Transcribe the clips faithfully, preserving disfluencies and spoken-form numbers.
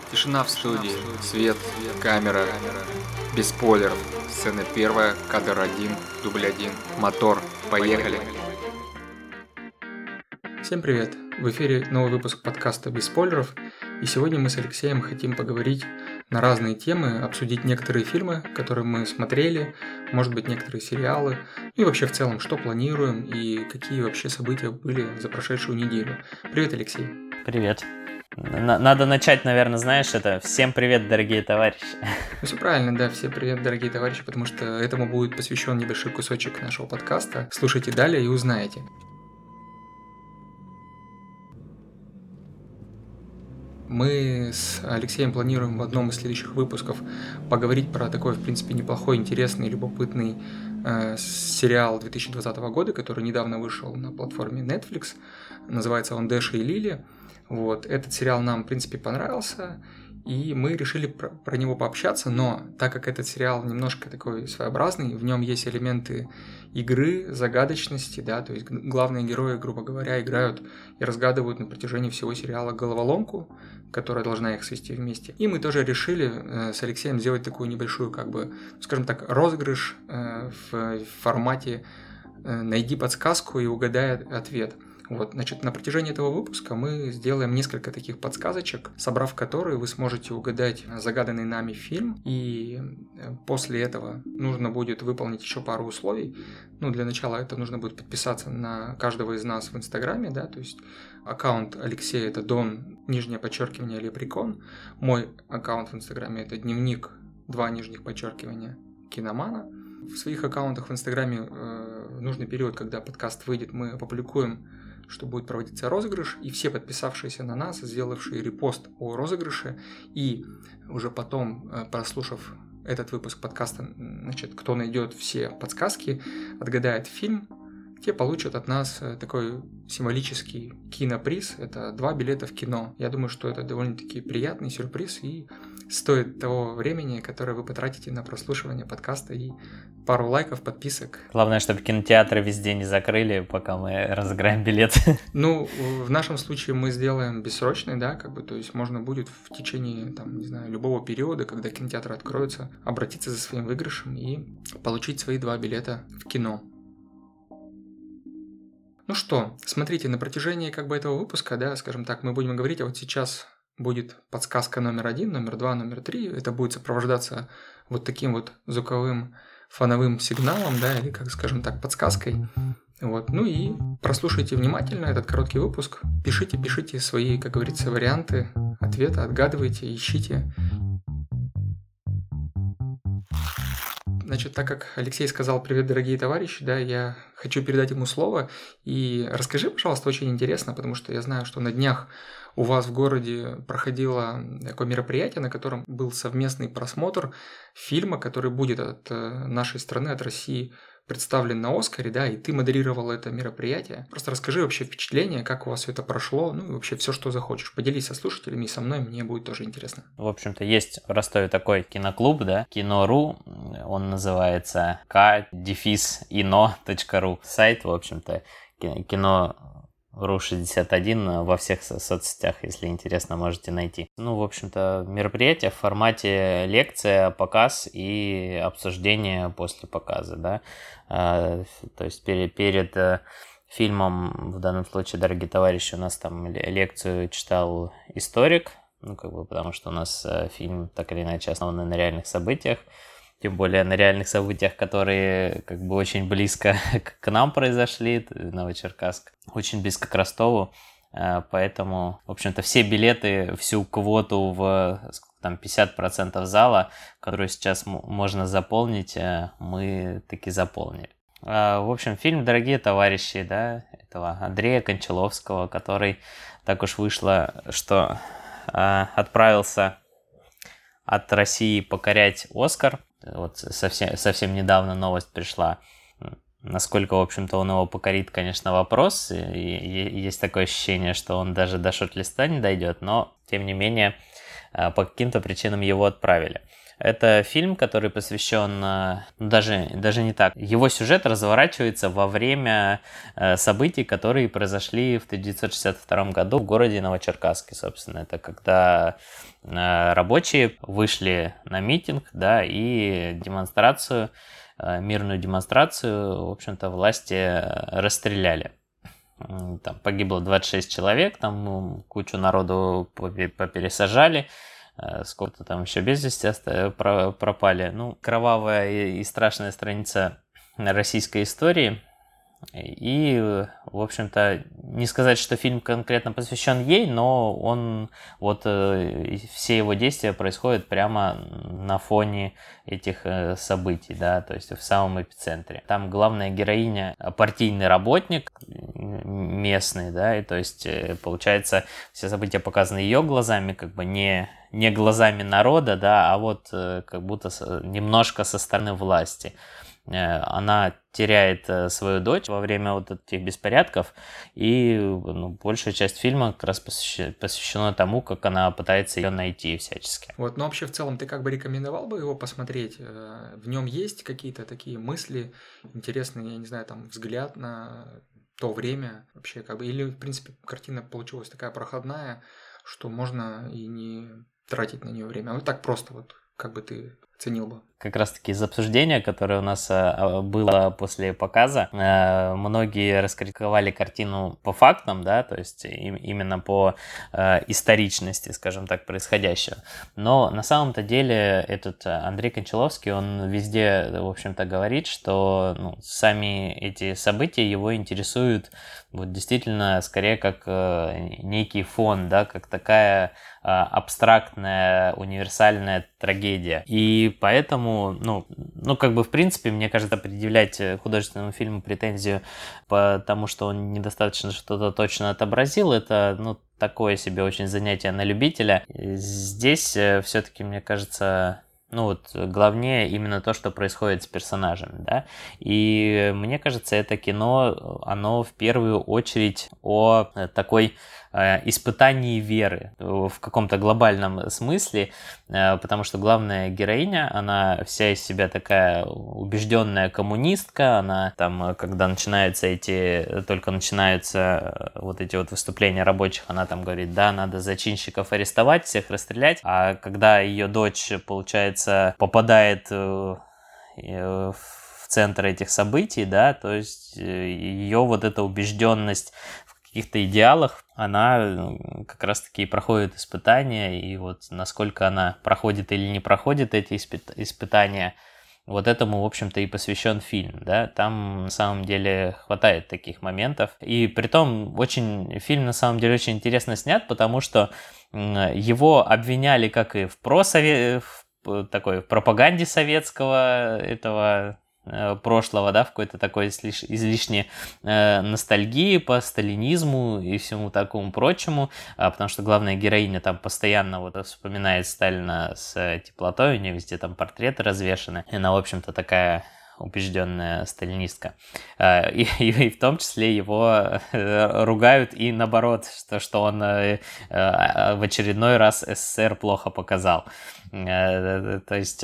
Тишина в студии, свет, камера, без спойлеров. Сцена первая, кадр один, дубль один, мотор, поехали. Всем привет! В эфире новый выпуск подкаста «Без спойлеров», и сегодня мы с Алексеем хотим поговорить на разные темы, обсудить некоторые фильмы, которые мы смотрели, может быть, некоторые сериалы, и вообще в целом, что планируем и какие вообще события были за прошедшую неделю. Привет, Алексей! Привет! Надо начать, наверное, знаешь, это «Всем привет, дорогие товарищи». Ну, все правильно, да, всем привет, дорогие товарищи, потому что этому будет посвящен небольшой кусочек нашего подкаста. Слушайте далее и узнаете. Мы с Алексеем планируем в одном из следующих выпусков поговорить про такой, в принципе, неплохой, интересный, любопытный э, сериал две тысячи двадцатого года, который недавно вышел на платформе Netflix. Называется он «Дэши и Лили». Вот. Этот сериал нам, в принципе, понравился, и мы решили про, про него пообщаться, но так как этот сериал немножко такой своеобразный, в нем есть элементы игры, загадочности, да, то есть главные герои, грубо говоря, играют и разгадывают на протяжении всего сериала головоломку, которая должна их свести вместе. И мы тоже решили э, с Алексеем сделать такую небольшую, как бы, скажем так, розыгрыш э, в, в формате э, «найди подсказку и угадай ответ». Вот, значит, на протяжении этого выпуска мы сделаем несколько таких подсказочек, собрав которые вы сможете угадать загаданный нами фильм, и после этого нужно будет выполнить еще пару условий. Ну, для начала это нужно будет подписаться на каждого из нас в Инстаграме, да, то есть аккаунт Алексея это Дон, нижнее подчеркивание, Лепрекон, мой аккаунт в Инстаграме это дневник, два нижних подчеркивания, Киномана. В своих аккаунтах в Инстаграме э, в нужный период, когда подкаст выйдет, мы опубликуем, что будет проводиться розыгрыш, и все подписавшиеся на нас, сделавшие репост о розыгрыше, и уже потом, прослушав этот выпуск подкаста, значит, кто найдет все подсказки, отгадает фильм, те получат от нас такой символический киноприз, это два билета в кино. Я думаю, что это довольно-таки приятный сюрприз и стоит того времени, которое вы потратите на прослушивание подкаста и пару лайков, подписок. Главное, чтобы кинотеатры везде не закрыли, пока мы разыграем билеты. Ну, в нашем случае мы сделаем бессрочный, да, как бы, то есть можно будет в течение, там, не знаю, любого периода, когда кинотеатры откроются, обратиться за своим выигрышем и получить свои два билета в кино. Ну что, смотрите, на протяжении как бы этого выпуска, да, скажем так, мы будем говорить, а вот сейчас будет подсказка номер один, номер два, номер три, это будет сопровождаться вот таким вот звуковым фоновым сигналом, да, или, как скажем так, подсказкой. Вот, ну и прослушайте внимательно этот короткий выпуск, пишите, пишите свои, как говорится, варианты ответа, отгадывайте, ищите. Значит, так как Алексей сказал «Привет, дорогие товарищи», да, я хочу передать ему слово. И расскажи, пожалуйста, очень интересно, потому что я знаю, что на днях у вас в городе проходило такое мероприятие, на котором был совместный просмотр фильма, который будет от нашей страны, от России, представлен на Оскаре, да, и ты модерировал это мероприятие. Просто расскажи вообще впечатление, как у вас все это прошло, ну и вообще все, что захочешь. Поделись со слушателями и со мной, мне будет тоже интересно. В общем-то, есть в Ростове такой киноклуб, да, Кино.ру, он называется ка дефис ино точка ру. Сайт, в общем-то, кино ру шестьдесят один во всех соцсетях, если интересно, можете найти. Ну, в общем-то, мероприятие в формате лекция, показ и обсуждение после показа, да. А, то есть перед, перед фильмом, в данном случае, дорогие товарищи, у нас там лекцию читал историк, ну, как бы, потому что у нас фильм так или иначе основан на реальных событиях. Тем более на реальных событиях, которые как бы очень близко к нам произошли, Новочеркасск, очень близко к Ростову. Поэтому, в общем-то, все билеты, всю квоту в там, пятьдесят процентов зала, которую сейчас можно заполнить, мы таки заполнили. В общем, фильм «Дорогие товарищи», да, этого Андрея Кончаловского, который так уж вышло, что отправился от России покорять Оскар. Вот совсем, совсем недавно новость пришла. Насколько, в общем-то, он его покорит, конечно, вопрос. И, и есть такое ощущение, что он даже до шорт-листа не дойдет, но, тем не менее, по каким-то причинам его отправили. Это фильм, который посвящен, ну, даже, даже не так. Его сюжет разворачивается во время э, событий, которые произошли в тысяча девятьсот шестьдесят втором году в городе Новочеркасске, собственно. Это когда э, рабочие вышли на митинг, да, и демонстрацию, э, мирную демонстрацию, в общем-то, власти расстреляли. Там погибло двадцать шесть человек, там кучу народу попересажали. Сколько-то там еще без вести пропали. Ну, кровавая и страшная страница российской истории. И, в общем-то, не сказать, что фильм конкретно посвящен ей, но он, вот, все его действия происходят прямо на фоне этих событий, да, то есть в самом эпицентре. Там главная героиня партийный работник местный, да, и то есть, получается, все события показаны ее глазами, как бы не, не глазами народа, да, а вот как будто немножко со стороны власти. Она теряет свою дочь во время вот этих беспорядков, и, ну, большая часть фильма как раз посвящена тому, как она пытается ее найти всячески. Вот, но вообще в целом ты как бы рекомендовал бы его посмотреть? В нем есть какие-то такие мысли интересные, я не знаю, там взгляд на то время вообще, как бы, или в принципе картина получилась такая проходная, что можно и не тратить на нее время, а вот так просто вот, как бы ты оценил бы? Как раз-таки из обсуждения, которое у нас а, было после показа, а, многие раскритиковали картину по фактам, да, то есть им, именно по а, историчности, скажем так, происходящего. Но на самом-то деле этот Андрей Кончаловский, он везде, в общем-то, говорит, что, ну, сами эти события его интересуют вот действительно скорее как а, некий фон, да, как такая а, абстрактная, универсальная трагедия. И поэтому Ну, ну, как бы, в принципе, мне кажется, предъявлять художественному фильму претензию потому, что он недостаточно что-то точно отобразил, это, ну, такое себе очень занятие на любителя. Здесь все-таки, мне кажется, ну, вот, главнее именно то, что происходит с персонажами, да, и мне кажется, это кино, оно в первую очередь о такой испытании веры в каком-то глобальном смысле, потому что главная героиня, она вся из себя такая убежденная коммунистка, она там, когда начинаются эти, только начинаются вот эти вот выступления рабочих, она там говорит, да, надо зачинщиков арестовать, всех расстрелять, а когда ее дочь, получается, попадает в центр этих событий, да, то есть ее вот эта убежденность в каких-то идеалах, она как раз-таки проходит испытания, и вот насколько она проходит или не проходит эти испыт- испытания, вот этому, в общем-то, и посвящен фильм, да, там на самом деле хватает таких моментов, и притом очень, фильм на самом деле очень интересно снят, потому что его обвиняли как и в просове... в такой в пропаганде советского этого прошлого, да, в какой-то такой излиш... излишней э, ностальгии по сталинизму и всему такому прочему, а, потому что главная героиня там постоянно вот вспоминает Сталина с теплотой, у нее везде там портреты развешаны, и она, в общем-то, такая убежденная сталинистка. И, и, и в том числе его ругают и наоборот, что, что он в очередной раз СССР плохо показал. То есть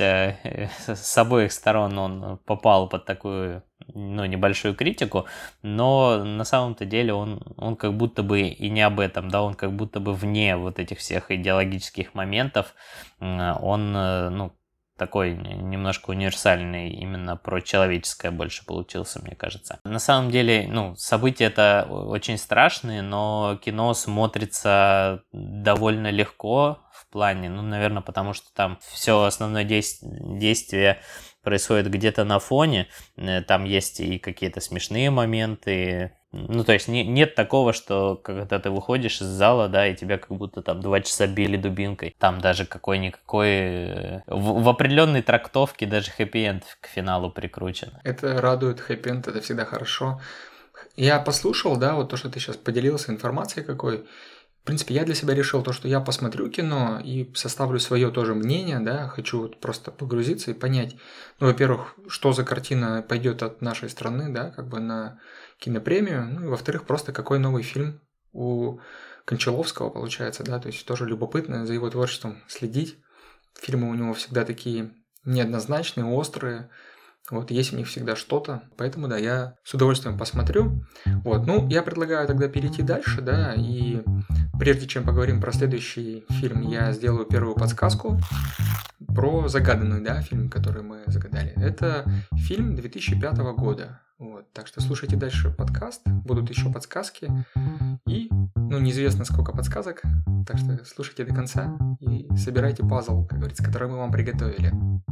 с обоих сторон он попал под такую, ну, небольшую критику, но на самом-то деле он, он как будто бы и не об этом, да, он как будто бы вне вот этих всех идеологических моментов, он, ну, такой немножко универсальный, именно про человеческое больше получился, мне кажется. На самом деле, ну, события-то очень страшные, но кино смотрится довольно легко в плане, ну, наверное, потому что там все основное действие, действие происходит где-то на фоне, там есть и какие-то смешные моменты. Ну, то есть не, нет такого, что когда ты выходишь из зала, да, и тебя как будто там два часа били дубинкой. Там даже какой-никакой... В, в определенной трактовке даже хэппи-энд к финалу прикручен. Это радует, хэппи-энд, это всегда хорошо. Я послушал, да, вот то, что ты сейчас поделился информацией какой. В принципе, я для себя решил то, что я посмотрю кино и составлю свое тоже мнение, да, хочу вот просто погрузиться и понять, ну, во-первых, что за картина пойдет от нашей страны, да, как бы на кинопремию, ну, и во-вторых, просто какой новый фильм у Кончаловского получается, да, то есть тоже любопытно за его творчеством следить, фильмы у него всегда такие неоднозначные, острые. Вот, есть в них всегда что-то. Поэтому, да, я с удовольствием посмотрю. Вот, ну, я предлагаю тогда перейти дальше, да, и прежде чем поговорим про следующий фильм, я сделаю первую подсказку про загаданный, да, фильм, который мы загадали. Это фильм две тысячи пятого года. Вот, так что слушайте дальше подкаст, будут еще подсказки. И, ну, неизвестно, сколько подсказок, так что слушайте до конца и собирайте пазл, как говорится, который мы вам приготовили.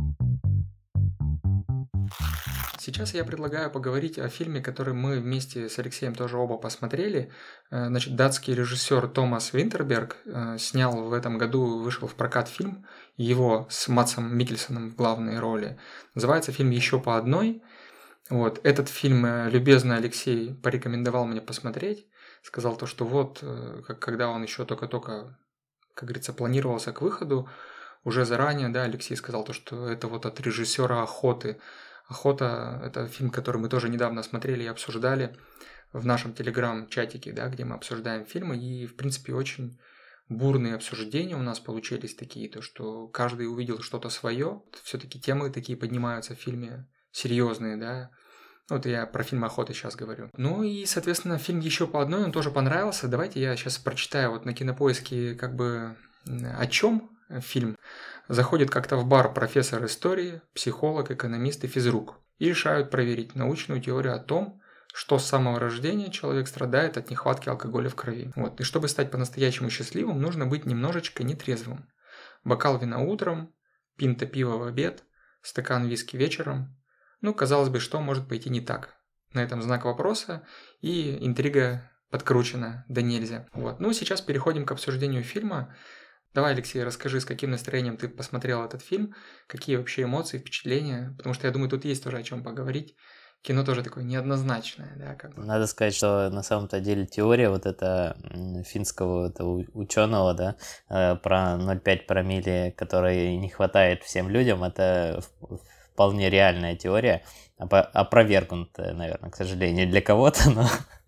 Сейчас я предлагаю поговорить о фильме, который мы вместе с Алексеем тоже оба посмотрели. Значит, датский режиссер Томас Винтерберг снял в этом году, вышел в прокат фильм, его с Мадсом Миккельсеном в главной роли. Называется фильм «Еще по одной». Вот, этот фильм любезно Алексей порекомендовал мне посмотреть. Сказал то, что вот, когда он еще только-только, как говорится, планировался к выходу, уже заранее, да, Алексей сказал то, что это вот от режиссера «Охоты». «Охота» – это фильм, который мы тоже недавно смотрели и обсуждали в нашем телеграм-чатике, да, где мы обсуждаем фильмы. И, в принципе, очень бурные обсуждения у нас получились такие, то, что каждый увидел что-то свое. Все-таки темы такие поднимаются в фильме серьезные, да. Вот я про фильм «Охота» сейчас говорю. Ну и, соответственно, фильм «Еще по одной», он тоже понравился. Давайте я сейчас прочитаю вот на Кинопоиске как бы о чем фильм. Заходит как-то в бар профессор истории, психолог, экономист и физрук и решают проверить научную теорию о том, что с самого рождения человек страдает от нехватки алкоголя в крови. Вот. И чтобы стать по-настоящему счастливым, нужно быть немножечко нетрезвым. Бокал вина утром, пинта пива в обед, стакан виски вечером. Ну, казалось бы, что может пойти не так? На этом знак вопроса, и интрига подкручена, да нельзя. Вот. Ну, сейчас переходим к обсуждению фильма. Давай, Алексей, расскажи, с каким настроением ты посмотрел этот фильм, какие вообще эмоции, впечатления, потому что я думаю, тут есть тоже о чем поговорить. Кино тоже такое неоднозначное, да, как бы. Надо сказать, что на самом-то деле теория вот эта финского этого ученого, да, про ноль целых пять промилле, которой не хватает всем людям, это вполне реальная теория, опровергнутая, наверное, к сожалению, для кого-то, но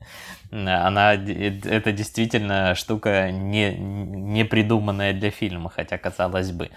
она, это действительно штука не, не придуманная для фильма, хотя казалось бы.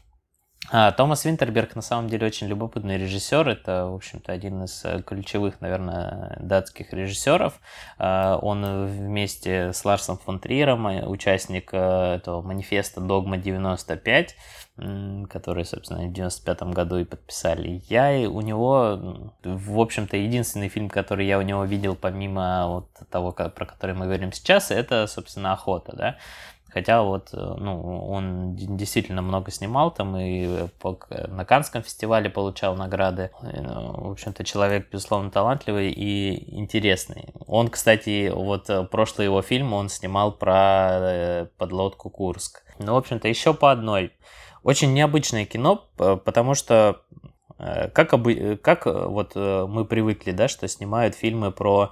А, Томас Винтерберг на самом деле очень любопытный режиссер. Это, в общем-то, один из ключевых, наверное, датских режиссеров. А, он вместе с Ларсом фон Триером участник этого манифеста «Догма девяносто пять», который, собственно, в девяносто пятом году и подписали. Я у него, в общем-то, единственный фильм, который я у него видел, помимо вот того, про который мы говорим сейчас, это, собственно, «Охота», да. Хотя вот, ну, он действительно много снимал там и на Каннском фестивале получал награды. В общем-то, человек, безусловно, талантливый и интересный. Он, кстати, вот прошлый его фильм он снимал про подлодку «Курск». Ну, в общем-то, еще по одной. Очень необычное кино, потому что как, обы... как вот мы привыкли, да, что снимают фильмы про,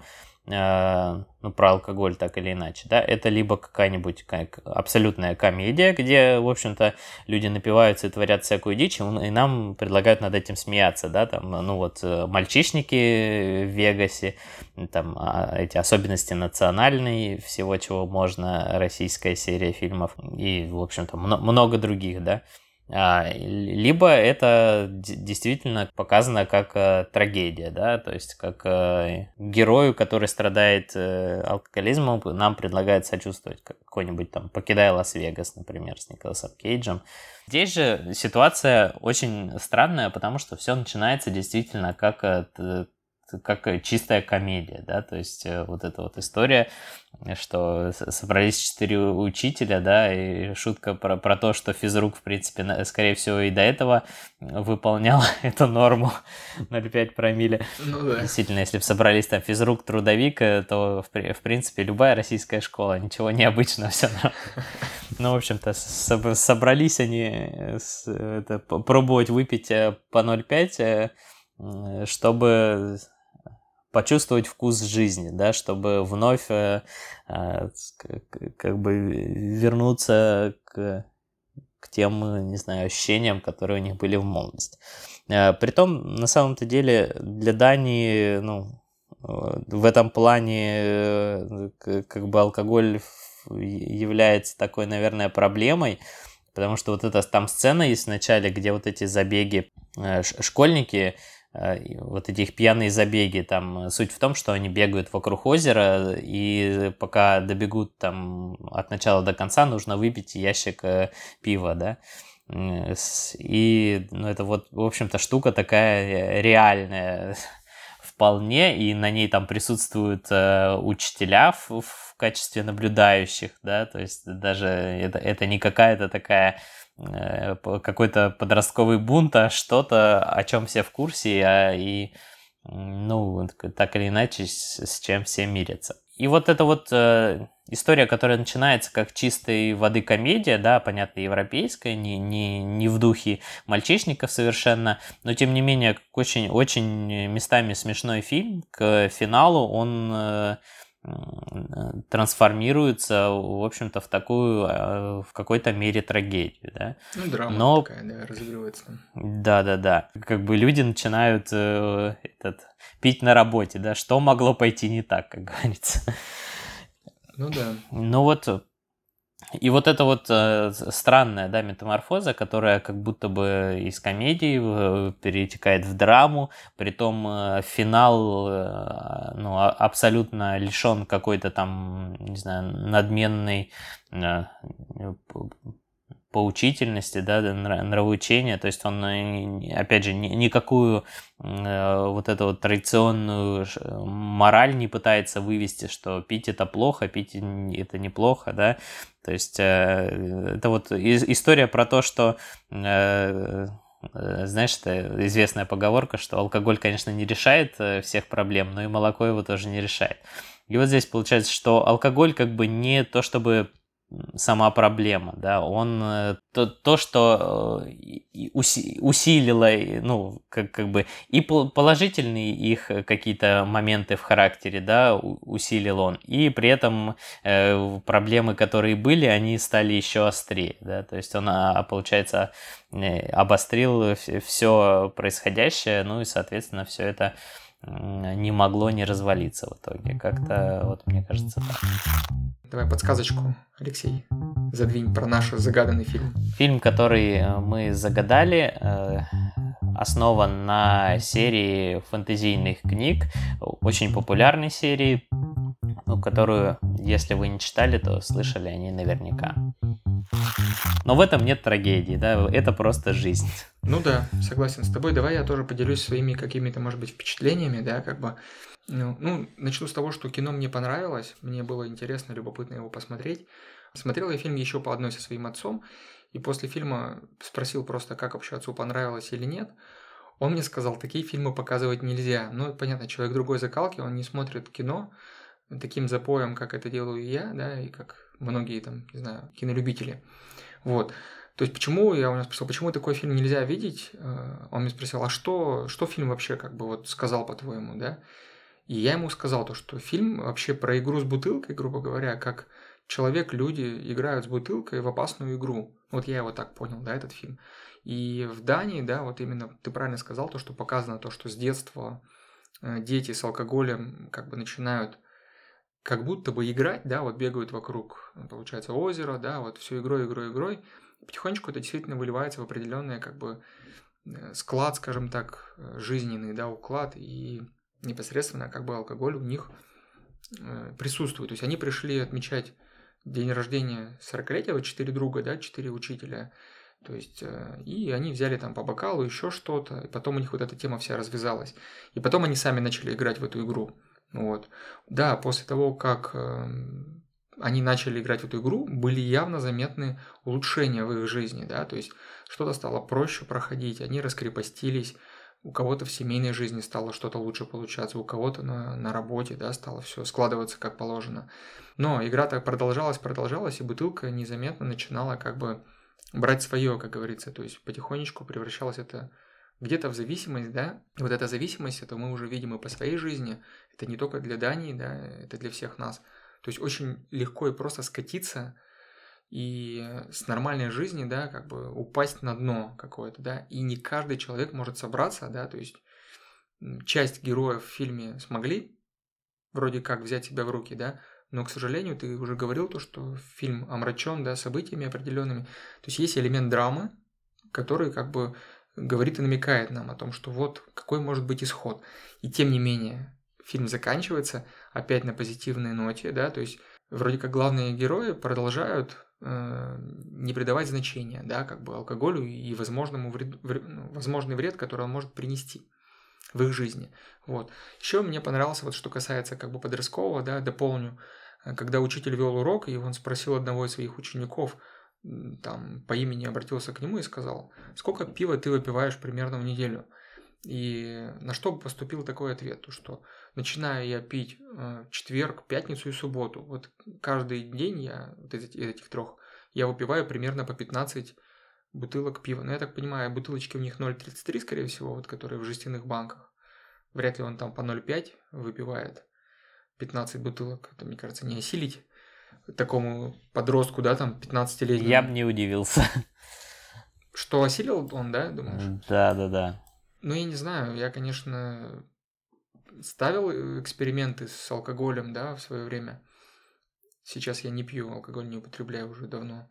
ну, про алкоголь так или иначе, да, это либо какая-нибудь как абсолютная комедия, где, в общем-то, люди напиваются и творят всякую дичь, и нам предлагают над этим смеяться, да, там, ну вот, «Мальчишники» в Вегасе, там, эти особенности национальные, всего, чего можно, российская серия фильмов, и, в общем-то, много других, да. Либо это действительно показано как э, трагедия, да, то есть как э, герою, который страдает э, алкоголизмом, нам предлагают сочувствовать, как какой-нибудь там «Покидая Лас-Вегас», например, с Николасом Кейджем. Здесь же ситуация очень странная, потому что все начинается действительно как э, как чистая комедия, да, то есть вот эта вот история, что собрались четыре учителя, да, и шутка про, про то, что физрук, в принципе, скорее всего, и до этого выполнял эту норму ноль целых пять промилле. Ну да. Действительно, если бы собрались там физрук, трудовик, то, в, в принципе, любая российская школа, ничего необычного, все нормально. Ну, в общем-то, собрались они с, это, пробовать выпить по ноль целых пять, чтобы почувствовать вкус жизни, да, чтобы вновь э, э, как бы вернуться к, к тем, не знаю, ощущениям, которые у них были в молодости. Э, притом, на самом-то деле, для Дании, ну, в этом плане э, как бы алкоголь является такой, наверное, проблемой, Потому что вот эта там сцена есть в начале, где вот эти забеги, э, школьники, э, вот эти их пьяные забеги, там суть в том, что они бегают вокруг озера, и пока добегут там от начала до конца, нужно выпить ящик э, пива, да. И ну, это вот, в общем-то, штука такая реальная вполне, и на ней там присутствуют э, учителя в, в качестве наблюдающих, да, то есть даже это, это не какая-то такая э, какой-то подростковый бунт, а что-то, о чем все в курсе, а, и ну, так или иначе с, с чем все мирятся. И вот эта вот э, история, которая начинается как чистой воды комедия, да, понятно, европейская, не, не, не в духе мальчишников совершенно, но тем не менее очень, очень местами смешной фильм. К финалу он э, трансформируется, в общем-то, в такую, э, в какой-то мере трагедию, да. Ну, драма но... такая, да, разыгрывается там. Да-да-да, как бы люди начинают э, этот, пить на работе, да, что могло пойти не так, как говорится. Ну да. Ну вот, и вот эта вот э, странная, да, метаморфоза, которая как будто бы из комедии э, перетекает в драму, притом э, финал э, ну, абсолютно лишен какой-то там, не знаю, надменной э, поучительности, да, нравоучения, то есть он, опять же, никакую э, вот эту вот традиционную мораль не пытается вывести, что пить это плохо, пить это неплохо, да, то есть э, это вот история про то, что э, знаешь, это известная поговорка, что алкоголь, конечно, не решает всех проблем, но и молоко его тоже не решает. И вот здесь получается, что алкоголь как бы не то, чтобы сама проблема, да, он то, то что усилило, ну, как, как бы и положительные их какие-то моменты в характере, да, усилил он, и при этом э, проблемы, которые были, они стали еще острее, да, то есть он, получается, обострил все происходящее, ну и, соответственно, все это не могло не развалиться в итоге, как-то, вот мне кажется, так. Давай подсказочку, Алексей, задвинь про наш загаданный фильм. Фильм, который мы загадали, основан на серии фэнтезийных книг, очень популярной серии, которую, если вы не читали, то слышали они наверняка. Но в этом нет трагедии, да, это просто жизнь. Ну да, согласен с тобой. Давай я тоже поделюсь своими какими-то, может быть, впечатлениями, да, как бы. Ну, ну, начну с того, что кино мне понравилось, мне было интересно, любопытно его посмотреть. Смотрел я фильм еще по одной со своим отцом, и после фильма спросил просто, как вообще отцу понравилось или нет. Он мне сказал, такие фильмы показывать нельзя. Ну, понятно, человек другой закалки, он не смотрит кино таким запоем, как это делаю я, да, и как многие там, не знаю, кинолюбители. Вот. То есть, почему, я у него спросил, почему такой фильм нельзя видеть? Он мне спросил, а что, что фильм вообще как бы вот сказал, по-твоему, да? И я ему сказал то, что фильм вообще про игру с бутылкой, грубо говоря, как человек, люди играют с бутылкой в опасную игру. Вот я его так понял, да, этот фильм. И в Дании, да, вот именно ты правильно сказал, то, что показано то, что с детства дети с алкоголем как бы начинают как будто бы играть, да, вот бегают вокруг, получается, озера, да, вот все игрой, игрой, игрой. И потихонечку это действительно выливается в определенный как бы склад, скажем так, жизненный, да, уклад, и непосредственно как бы алкоголь у них э, присутствует. То есть они пришли отмечать день рождения сорокалетия, вот четыре друга, да, четыре учителя, то есть, э, и они взяли там по бокалу, еще что-то, и потом у них вот эта тема вся развязалась. И потом они сами начали играть в эту игру. Вот. Да, после того, как э, они начали играть в эту игру, были явно заметны улучшения в их жизни, да, то есть что-то стало проще проходить, они раскрепостились, у кого-то в семейной жизни стало что-то лучше получаться, у кого-то на, на работе, да, стало все складываться как положено. Но игра так продолжалась, продолжалась, и бутылка незаметно начинала как бы брать свое, как говорится, то есть потихонечку превращалось это где-то в зависимость, да, вот эта зависимость, это мы уже видим и по своей жизни, это не только для Дании, да, это для всех нас. То есть очень легко и просто скатиться и с нормальной жизни, да, как бы упасть на дно какое-то, да, и не каждый человек может собраться, да, то есть часть героев в фильме смогли вроде как взять себя в руки, да, Но, к сожалению, ты уже говорил то, что фильм омрачен, да, событиями определенными. То есть есть элемент драмы, который как бы говорит и намекает нам о том, что вот какой может быть исход. И тем не менее, фильм заканчивается опять на позитивной ноте, да, то есть вроде как главные герои продолжают э, не придавать значения, да, как бы алкоголю и возможному вред, вред, ну, возможный вред, который он может принести в их жизни. Вот. Еще мне понравился, вот что касается как бы подросткового, да, дополню, когда учитель вел урок, и он спросил одного из своих учеников, там, по имени обратился к нему и сказал, сколько пива ты выпиваешь примерно в неделю? И на что поступил такой ответ, то что начинаю я пить э, четверг, пятницу и субботу. Вот каждый день я, вот из этих, этих трех, я выпиваю примерно по пятнадцать бутылок пива. Но я так понимаю, бутылочки у них ноль целых тридцать три, скорее всего, вот которые в жестяных банках. Вряд ли он там по ноль целых пять выпивает пятнадцать бутылок. Это, мне кажется, не осилить такому подростку, да, там, пятнадцатилетнему. Я бы не удивился. Что осилил он, да, думаешь? Да, да, да. Ну, я не знаю, я, конечно, ставил эксперименты с алкоголем, да, в свое время. Сейчас я не пью, алкоголь не употребляю уже давно.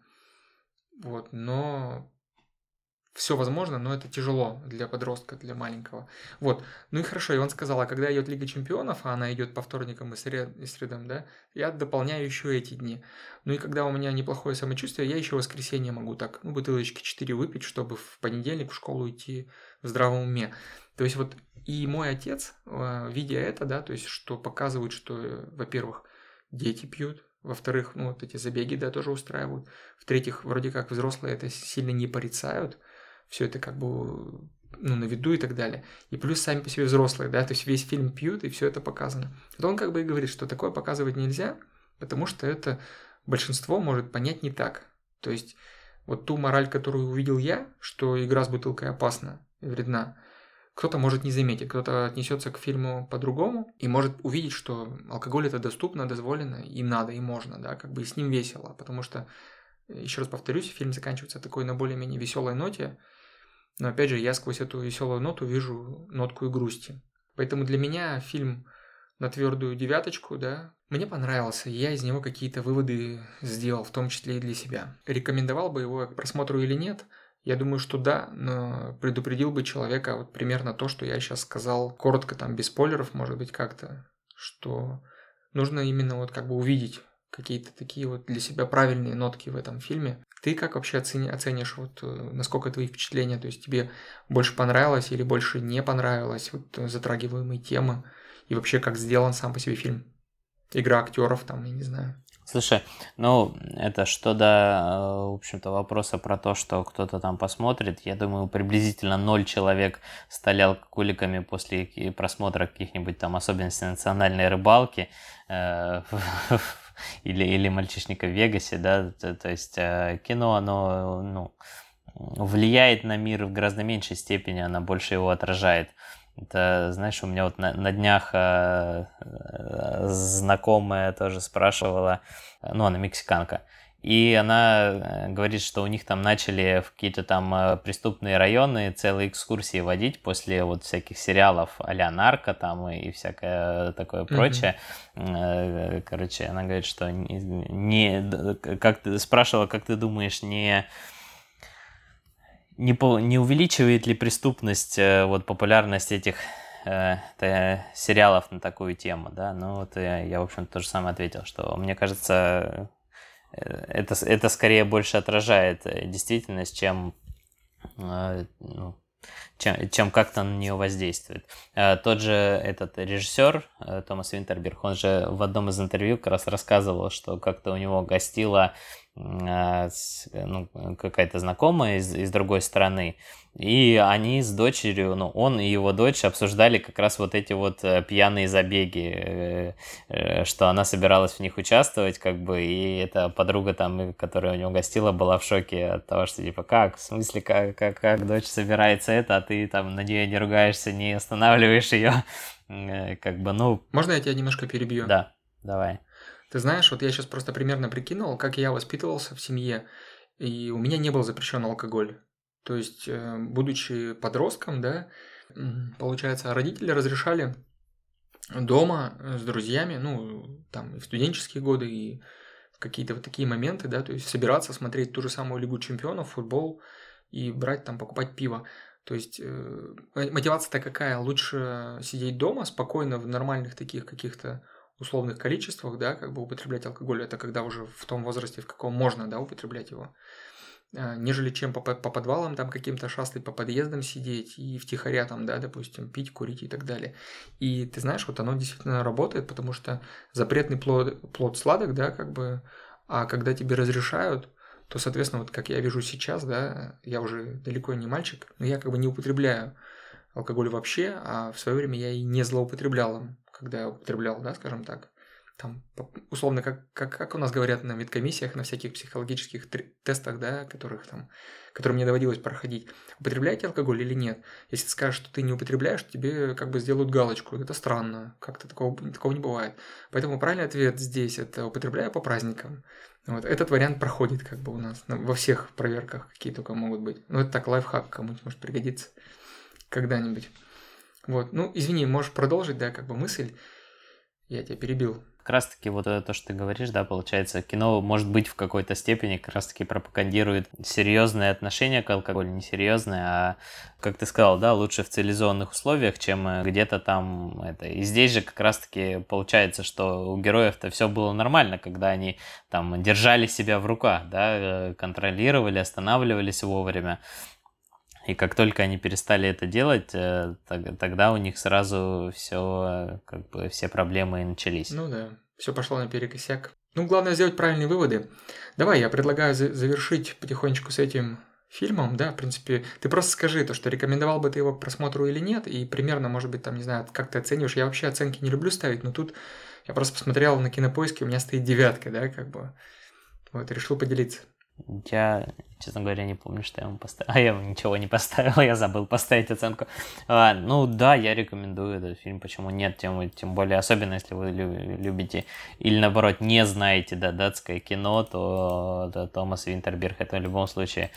Вот, но все возможно, но это тяжело для подростка, для маленького. Вот, ну и хорошо, и он сказал, а когда идет Лига Чемпионов, а она идет по вторникам и, сред... и средам, да, я дополняю еще эти дни. Ну и когда у меня неплохое самочувствие, я еще в воскресенье могу так, ну, бутылочки четыре выпить, чтобы в понедельник в школу идти в здравом уме. То есть вот и мой отец, видя это, да, то есть что показывает, что, во-первых, дети пьют, во-вторых, ну, вот эти забеги, да, тоже устраивают, в-третьих, вроде как взрослые это сильно не порицают, все это как бы, ну, на виду и так далее. И плюс сами по себе взрослые, да, то есть весь фильм пьют, и все это показано. Вот он как бы и говорит, что такое показывать нельзя, потому что это большинство может понять не так. То есть вот ту мораль, которую увидел я, что игра с бутылкой опасна и вредна, кто-то может не заметить, кто-то отнесется к фильму по-другому и может увидеть, что алкоголь это доступно, дозволено, и надо, и можно, да, как бы и с ним весело, потому что, еще раз повторюсь, фильм заканчивается такой на более-менее веселой ноте, но опять же, я сквозь эту веселую ноту вижу нотку и грусти. Поэтому для меня фильм на твердую девяточку, да, мне понравился, и я из него какие-то выводы сделал, в том числе и для себя. Рекомендовал бы его к просмотру или нет? Я думаю, что да, но предупредил бы человека вот примерно то, что я сейчас сказал, коротко там, без спойлеров, может быть, как-то, что нужно именно вот как бы увидеть какие-то такие вот для себя правильные нотки в этом фильме. Ты как вообще оцени, оценишь, вот насколько твои впечатления, то есть тебе больше понравилось или больше не понравилось вот затрагиваемые темы и вообще как сделан сам по себе фильм? Игра актеров там, я не знаю. Слушай, ну, это что до, в общем-то, вопроса про то, что кто-то там посмотрит, я думаю, приблизительно ноль человек стали алкоголиками после просмотра каких-нибудь там особенностей национальной рыбалки э, или, или «Мальчишника в Вегасе», да, то, то есть э, кино, оно, ну, влияет на мир в гораздо меньшей степени, оно больше его отражает. Это, знаешь, у меня вот на, на днях э, э, знакомая тоже спрашивала, ну, она мексиканка, и она говорит, что у них там начали в какие-то там преступные районы целые экскурсии водить после вот всяких сериалов а-ля «Нарко» там и всякое такое прочее. Mm-hmm. Короче, она говорит, что не, не как ты спрашивала, как ты думаешь, не... Не, по, не увеличивает ли преступность, вот популярность этих э, сериалов на такую тему, да? Ну вот я, я, в общем, то же самое ответил, что мне кажется, это, это скорее больше отражает действительность, чем, э, ну, чем, чем как-то на нее воздействует. Э, тот же этот режиссер э, Томас Винтерберг, он же в одном из интервью как раз рассказывал, что как-то у него гостила ну, какая-то знакомая из, из другой страны, и они с дочерью, ну, он и его дочь обсуждали как раз вот эти вот пьяные забеги, что она собиралась в них участвовать, как бы, и эта подруга там, которая у него гостила, была в шоке от того, что типа, как, в смысле, как, как, как дочь собирается это, а ты там на нее не ругаешься, не останавливаешь ее, как бы, ну... Можно я тебя немножко перебью? Да, давай. Ты знаешь, вот я сейчас просто примерно прикинул, как я воспитывался в семье, и у меня не был запрещен алкоголь. То есть, будучи подростком, да, получается, родители разрешали дома с друзьями, ну, там, и в студенческие годы, и в какие-то вот такие моменты, да, то есть собираться, смотреть ту же самую Лигу чемпионов, футбол, и брать там, покупать пиво. То есть э, мотивация-то какая? Лучше сидеть дома спокойно в нормальных таких каких-то условных количествах, да, как бы употреблять алкоголь, это когда уже в том возрасте, в каком можно, да, употреблять его, нежели чем по, по подвалам там каким-то шастать, по подъездам сидеть и втихаря там, да, допустим, пить, курить и так далее. И ты знаешь, вот оно действительно работает, потому что запретный плод, плод сладок, да, как бы, а когда тебе разрешают, то, соответственно, вот как я вижу сейчас, да, я уже далеко не мальчик, но я как бы не употребляю алкоголь вообще, а в свое время я и не злоупотреблял им, когда я употреблял, да, скажем так. Там, условно, как, как, как у нас говорят на медкомиссиях, на всяких психологических тестах, да, которых там, которые мне доводилось проходить, употребляете алкоголь или нет? Если ты скажешь, что ты не употребляешь, тебе как бы сделают галочку. Это странно, как-то такого, такого не бывает. Поэтому правильный ответ здесь – это употребляю по праздникам. Вот. Этот вариант проходит как бы у нас во всех проверках, какие только могут быть. Ну, это так, лайфхак кому-нибудь может пригодиться когда-нибудь. Вот, ну, извини, можешь продолжить, да, как бы мысль. Я тебя перебил. Как раз-таки вот это то, что ты говоришь, да, получается, кино, может быть, в какой-то степени как раз-таки пропагандирует серьезное отношение к алкоголю, не серьезное, а, как ты сказал, да, лучше в цивилизованных условиях, чем где-то там это. И здесь же как раз-таки получается, что у героев-то все было нормально, когда они там держали себя в руках, да, контролировали, останавливались вовремя. И как только они перестали это делать, тогда у них сразу все, как бы, все проблемы начались. Ну да, все пошло наперекосяк. Ну, главное сделать правильные выводы. Давай, я предлагаю завершить потихонечку с этим фильмом, да, в принципе. Ты просто скажи то, что рекомендовал бы ты его к просмотру или нет, и примерно, может быть, там, не знаю, как ты оцениваешь. Я вообще оценки не люблю ставить, но тут я просто посмотрел на Кинопоиске, у меня стоит девятка, да, как бы. Вот, решил поделиться. Я, честно говоря, не помню, что я ему поставил. А я ему ничего не поставил, я забыл поставить оценку. А, ну да, я рекомендую этот фильм, почему нет, тем, тем более, особенно если вы любите или наоборот не знаете, да, датское кино, то да, Томас Винтерберг это в любом случае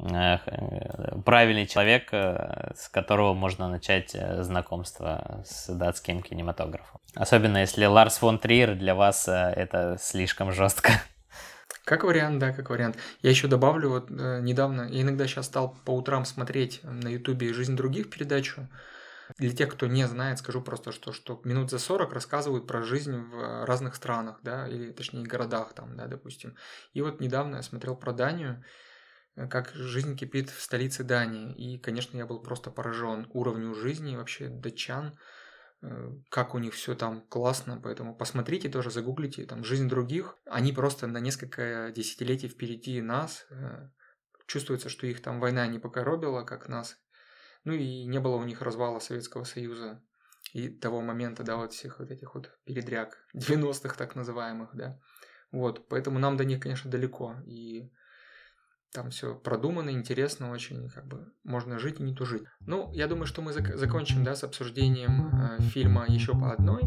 правильный человек, с которого можно начать знакомство с датским кинематографом. Особенно если Ларс фон Триер для вас это слишком жестко. Как вариант, да, как вариант. Я еще добавлю, вот э, недавно, я иногда сейчас стал по утрам смотреть на Ютубе «Жизнь других» передачу. Для тех, кто не знает, скажу просто, что, что минут за сорок рассказывают про жизнь в разных странах, да, или точнее городах там, да, допустим. И вот недавно я смотрел про Данию, как жизнь кипит в столице Дании. И, конечно, я был просто поражен уровнем жизни вообще датчан, как у них все там классно, поэтому посмотрите тоже, загуглите, там, жизнь других, они просто на несколько десятилетий впереди нас, чувствуется, что их там война не покоробила, как нас, ну и не было у них развала Советского Союза и того момента, да, вот всех вот этих вот передряг, девяностых так называемых, да, вот, поэтому нам до них, конечно, далеко, и там все продумано, интересно очень, как бы можно жить и не тужить. Ну, я думаю, что мы зак- закончим, да, с обсуждением э, фильма еще по одной.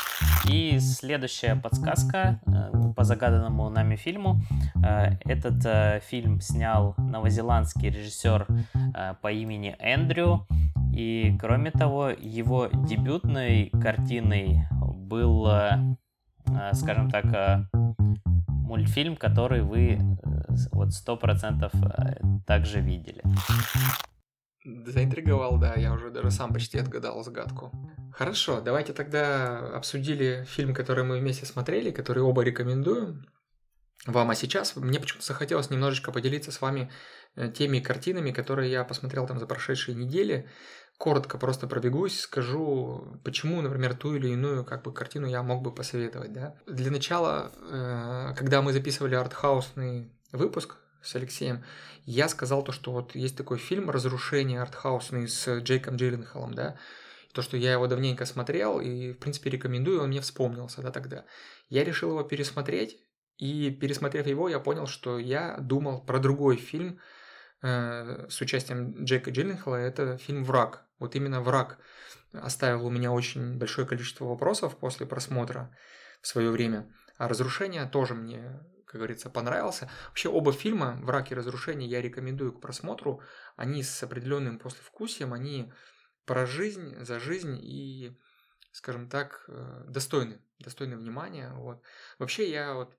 И следующая подсказка э, по загаданному нами фильму. Э, этот э, фильм снял новозеландский режиссер э, по имени Эндрю. И, кроме того, его дебютной картиной был, э, э, скажем так, э, мультфильм, который вы вот сто процентов также видели. Заинтриговал, да, я уже даже сам почти отгадал загадку. Хорошо, давайте тогда обсудили фильм, который мы вместе смотрели, который оба рекомендуем вам. А сейчас мне почему-то захотелось немножечко поделиться с вами теми картинами, которые я посмотрел там за прошедшие недели. Коротко просто пробегусь, скажу, почему, например, ту или иную как бы картину я мог бы посоветовать, да. Для начала, когда мы записывали артхаусный выпуск с Алексеем, я сказал то, что вот есть такой фильм «Разрушение» артхаусный с Джейком Джилленхолом, да, то, что я его давненько смотрел и, в принципе, рекомендую, он мне вспомнился, да, тогда. Я решил его пересмотреть, и, пересмотрев его, я понял, что я думал про другой фильм э, с участием Джейка Джилленхола, это фильм «Враг». Вот именно «Враг» оставил у меня очень большое количество вопросов после просмотра в свое время, а «Разрушение» тоже мне, как говорится, понравился. Вообще оба фильма «Враг» и «Разрушение» я рекомендую к просмотру. Они с определенным послевкусием, они про жизнь, за жизнь и скажем так, достойны, достойны внимания. Вот. Вообще я вот,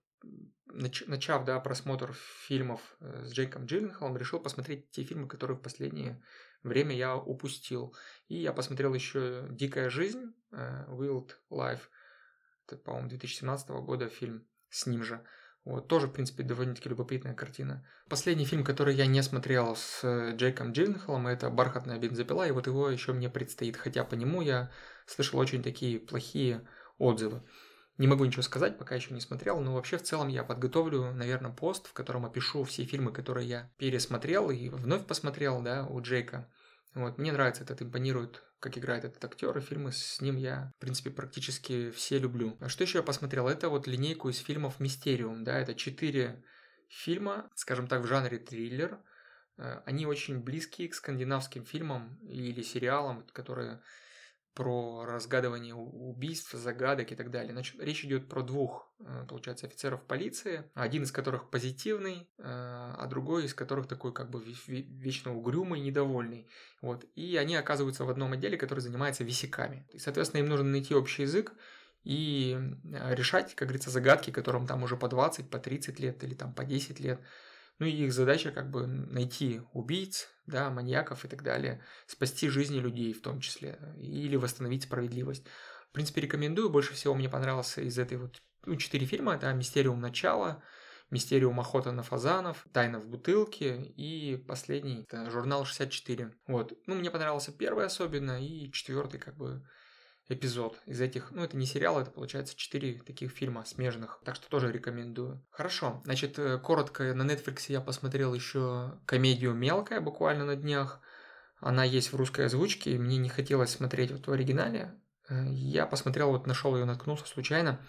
начав, да, просмотр фильмов с Джейком Джилленхолом, решил посмотреть те фильмы, которые в последнее время я упустил. И я посмотрел еще «Дикая жизнь», Wild Life, это, по-моему, две тысячи семнадцатого года фильм с ним же. Вот, тоже, в принципе, довольно-таки любопытная картина. Последний фильм, который я не смотрел с Джейком Джилленхолом, это «Бархатная бензопила», и вот его еще мне предстоит, хотя по нему я слышал очень такие плохие отзывы. Не могу ничего сказать, пока еще не смотрел, но вообще в целом я подготовлю, наверное, пост, в котором опишу все фильмы, которые я пересмотрел и вновь посмотрел, да, у Джейка. Вот, мне нравится этот, импонирует, как играет этот актер, и фильмы с ним я, в принципе, практически все люблю. А что еще я посмотрел? Это вот линейку из фильмов «Мистериум», да, это четыре фильма, скажем так, в жанре триллер. Они очень близки к скандинавским фильмам или сериалам, которые про разгадывание убийств, загадок и так далее. Значит, речь идет про двух, получается, офицеров полиции, один из которых позитивный, а другой из которых такой как бы вечно угрюмый, недовольный. Вот. И они оказываются в одном отделе, который занимается висяками. И, соответственно, им нужно найти общий язык и решать, как говорится, загадки, которым там уже по двадцать, по тридцать лет или там по десять лет. Ну и их задача как бы найти убийц, да, маньяков и так далее, спасти жизни людей в том числе, или восстановить справедливость. В принципе, рекомендую. Больше всего мне понравился из этой вот, ну, четыре фильма. Это «Мистериум. Начало», «Мистериум. Охота на фазанов», «Тайна в бутылке» и последний, это «Журнал шестьдесят четыре». Вот. Ну, мне понравился первый особенно, и четвертый как бы эпизод из этих, ну это не сериал, это получается четыре таких фильма смежных, так что тоже рекомендую. Хорошо, значит, коротко, на Netflix я посмотрел еще комедию «Мелкая» буквально на днях, она есть в русской озвучке, мне не хотелось смотреть вот в оригинале, я посмотрел, вот нашел ее, наткнулся случайно.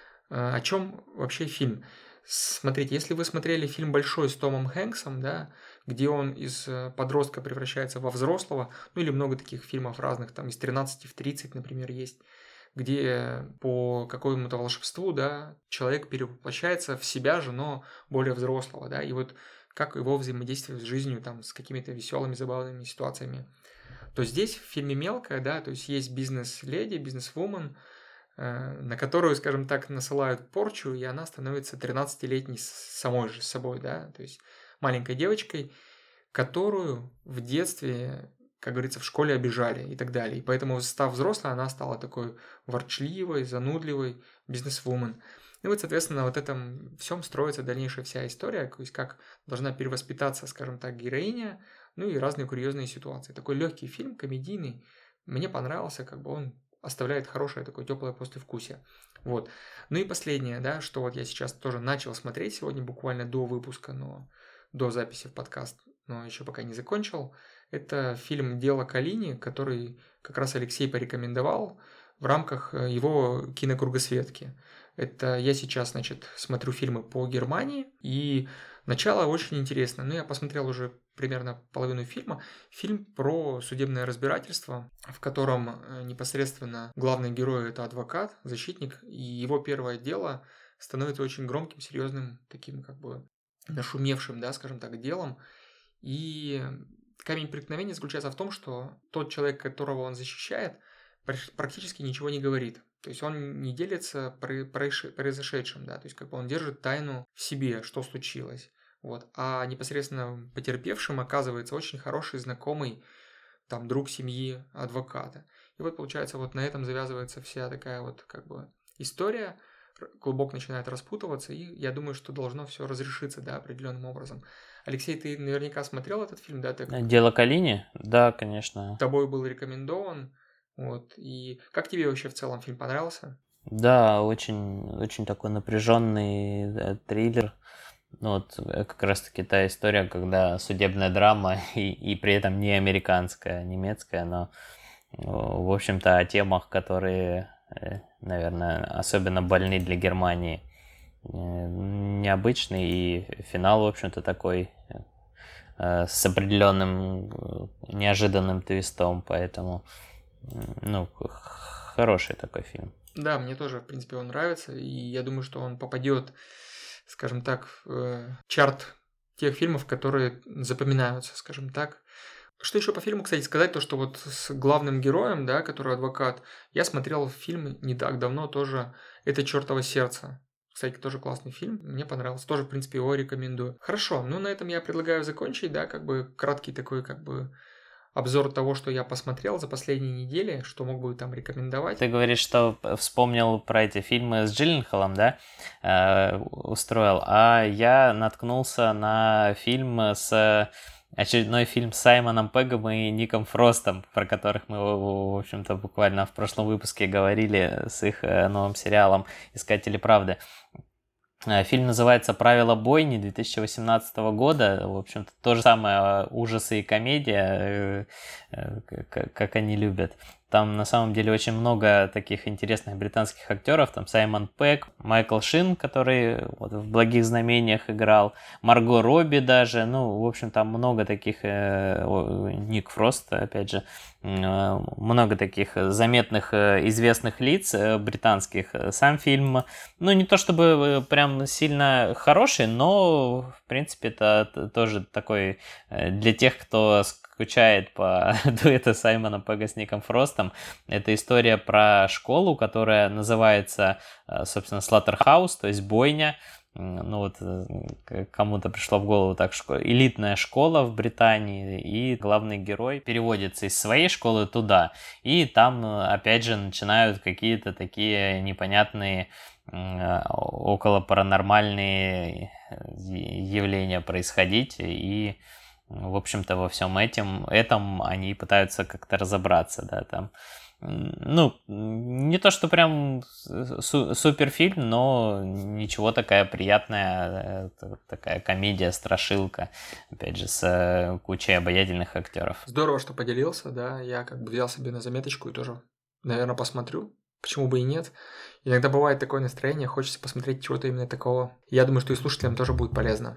О чем вообще фильм? Смотрите, если вы смотрели фильм «Большой» с Томом Хэнксом, да, где он из подростка превращается во взрослого, ну или много таких фильмов разных, там из тринадцати в тридцать, например, есть, где по какому-то волшебству, да, человек перевоплощается в себя же, но более взрослого, да, и вот как его взаимодействие с жизнью, там, с какими-то веселыми, забавными ситуациями. То здесь в фильме «Мелкая», да, то есть есть бизнес-леди, бизнес-вумен, на которую, скажем так, насылают порчу, и она становится тринадцатилетней самой же собой, да, то есть маленькой девочкой, которую в детстве, как говорится, в школе обижали и так далее. И поэтому, став взрослой, она стала такой ворчливой, занудливой бизнес-вумен. И вот, соответственно, вот этом всем строится дальнейшая вся история, то есть как должна перевоспитаться, скажем так, героиня, ну и разные курьезные ситуации. Такой легкий фильм, комедийный, мне понравился, как бы он оставляет хорошее такое теплое послевкусие. Вот. Ну и последнее, да, что вот я сейчас тоже начал смотреть сегодня буквально до выпуска, но до записи в подкаст, но еще пока не закончил. Это фильм «Дело Коллини», который как раз Алексей порекомендовал в рамках его кинокругосветки. Это я сейчас, значит, смотрю фильмы по Германии, и начало очень интересно. Ну, я посмотрел уже примерно половину фильма. Фильм про судебное разбирательство, в котором непосредственно главный герой – это адвокат, защитник, и его первое дело становится очень громким, серьезным, таким как бы нашумевшим, да, скажем так, делом. И камень преткновения заключается в том, что тот человек, которого он защищает, практически ничего не говорит. То есть он не делится произошедшим, да, то есть как бы он держит тайну в себе, что случилось. Вот. А непосредственно потерпевшим оказывается очень хороший знакомый, там, друг семьи адвоката. И вот получается, вот на этом завязывается вся такая вот как бы история, клубок начинает распутываться, и я думаю, что должно все разрешиться, да, определенным образом. Алексей, ты наверняка смотрел этот фильм, да? Ты... «Дело Коллини»? Да, конечно. Тобой был рекомендован. Вот. И как тебе вообще в целом фильм понравился? Да, очень, очень такой напряженный да, триллер. Ну, вот как раз-таки та история, когда судебная драма и, и при этом не американская, а немецкая, но, в общем-то, о темах, которые, наверное, особенно больны для Германии. Необычный, и финал, в общем-то, такой с определенным неожиданным твистом, поэтому, ну, хороший такой фильм. Да, мне тоже, в принципе, он нравится, и я думаю, что он попадет, скажем так, в чарт тех фильмов, которые запоминаются, скажем так, Что еще по фильму, кстати, сказать, то, что вот с главным героем, да, который адвокат, я смотрел фильм не так давно тоже «Это чертово сердце». Кстати, тоже классный фильм, мне понравился, тоже, в принципе, его рекомендую. Хорошо, ну на этом я предлагаю закончить, да, как бы краткий такой, как бы, обзор того, что я посмотрел за последние недели, что мог бы там рекомендовать. Ты говоришь, что вспомнил про эти фильмы с Джилленхолом, да, э, устроил, а я наткнулся на фильм с... Очередной фильм с Саймоном Пеггом и Ником Фростом, про которых мы, в общем-то, буквально в прошлом выпуске говорили с их новым сериалом «Искатели правды». Фильм называется «Правила бойни» две тысячи восемнадцатого года. В общем-то, то же самое, ужасы и комедия, как они любят. Там на самом деле очень много таких интересных британских актеров. Там Саймон Пегг, Майкл Шин, который вот в «Благих знамениях» играл, Марго Робби даже. Ну, в общем, там много таких, Ник Фрост, опять же, много таких заметных, известных лиц британских. Сам фильм, ну, не то чтобы прям сильно хороший, но, в принципе, это тоже такой для тех, кто скучает по дуэту Саймона Пегга с Ником Фростом. Это история про школу, которая называется, собственно, Слаттерхаус, то есть бойня. Ну вот кому-то пришло в голову так, что элитная школа в Британии, и главный герой переводится из своей школы туда, и там опять же начинают какие-то такие непонятные около паранормальные явления происходить, и в общем-то во всем этим, этом они пытаются как-то разобраться, да, там. Ну, не то, что прям су- суперфильм, но ничего, такая приятная, такая комедия-страшилка, опять же, с кучей обаятельных актеров. Здорово, что поделился, да, я как бы взял себе на заметочку и тоже, наверное, посмотрю. Почему бы и нет? Иногда бывает такое настроение, хочется посмотреть чего-то именно такого. Я думаю, что и слушателям тоже будет полезно.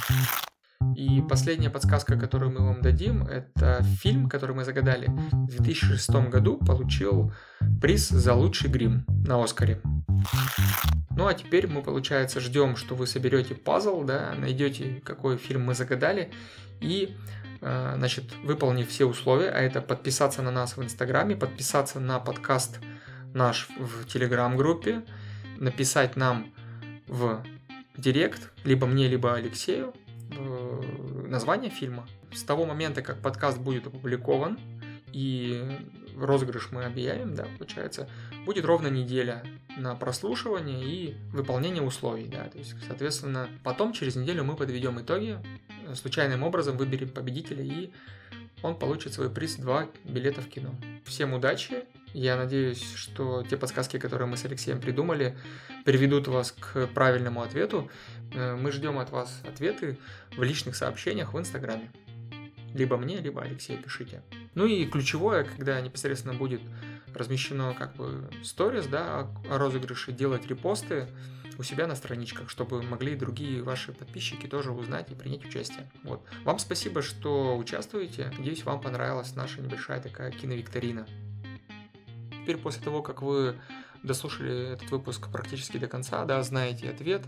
И последняя подсказка, которую мы вам дадим, это фильм, который мы загадали. В две тысячи шестом году получил приз за лучший грим на Оскаре. Ну а теперь мы, получается, ждем, что вы соберете пазл, да, найдете, какой фильм мы загадали, и, значит, выполнив все условия, а это подписаться на нас в Инстаграме, подписаться на подкаст наш в Телеграм-группе, написать нам в Директ, либо мне, либо Алексею, название фильма. С того момента, как подкаст будет опубликован и розыгрыш мы объявим, да, получается, будет ровно неделя на прослушивание и выполнение условий, да, то есть, соответственно, потом через неделю мы подведем итоги, случайным образом выберем победителя, и он получит свой приз два билета в кино. Всем удачи! Я надеюсь, что те подсказки, которые мы с Алексеем придумали, приведут вас к правильному ответу. Мы ждем от вас ответы в личных сообщениях в Инстаграме. Либо мне, либо Алексею пишите. Ну и ключевое, когда непосредственно будет размещено как бы сторис, да, о розыгрыше, делать репосты у себя на страничках, чтобы могли другие ваши подписчики тоже узнать и принять участие. Вот. Вам спасибо, что участвуете. Надеюсь, вам понравилась наша небольшая такая киновикторина. Теперь после того, как вы дослушали этот выпуск практически до конца, да, знаете ответ,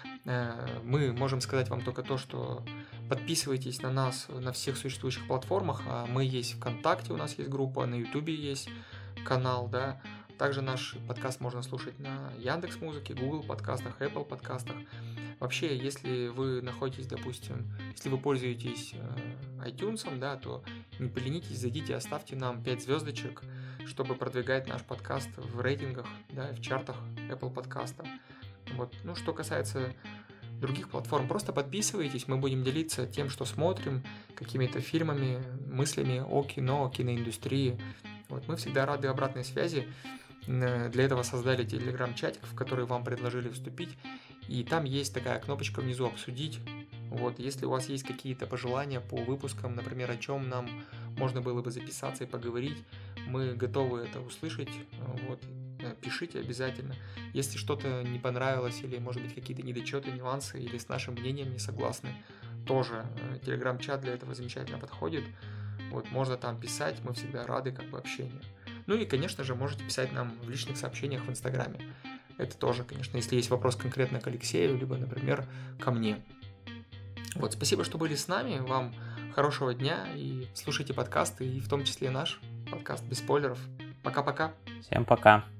мы можем сказать вам только то, что подписывайтесь на нас на всех существующих платформах. Мы есть ВКонтакте, у нас есть группа, на Ютубе есть канал, да. Также наш подкаст можно слушать на Яндекс.Музыке, Google подкастах, Apple подкастах. Вообще, если вы находитесь, допустим, если вы пользуетесь iTunes, да, то не поленитесь, зайдите, оставьте нам пять звездочек, чтобы продвигать наш подкаст в рейтингах, да, в чартах Apple подкаста. Вот. Ну, что касается других платформ, просто подписывайтесь, мы будем делиться тем, что смотрим, какими-то фильмами, мыслями о кино, о киноиндустрии. Вот. Мы всегда рады обратной связи. Для этого создали телеграм-чатик, в который вам предложили вступить. И там есть такая кнопочка внизу «Обсудить». Вот, если у вас есть какие-то пожелания по выпускам, например, о чем нам можно было бы записаться и поговорить, мы готовы это услышать. Вот, пишите обязательно. Если что-то не понравилось или, может быть, какие-то недочеты, нюансы или с нашим мнением не согласны, тоже телеграм-чат для этого замечательно подходит. Вот, можно там писать, мы всегда рады как бы общению. Ну и, конечно же, можете писать нам в личных сообщениях в Инстаграме. Это тоже, конечно, если есть вопрос конкретно к Алексею, либо, например, ко мне. Вот, спасибо, что были с нами. Вам хорошего дня и слушайте подкасты, и в том числе наш подкаст без спойлеров. Пока-пока. Всем пока.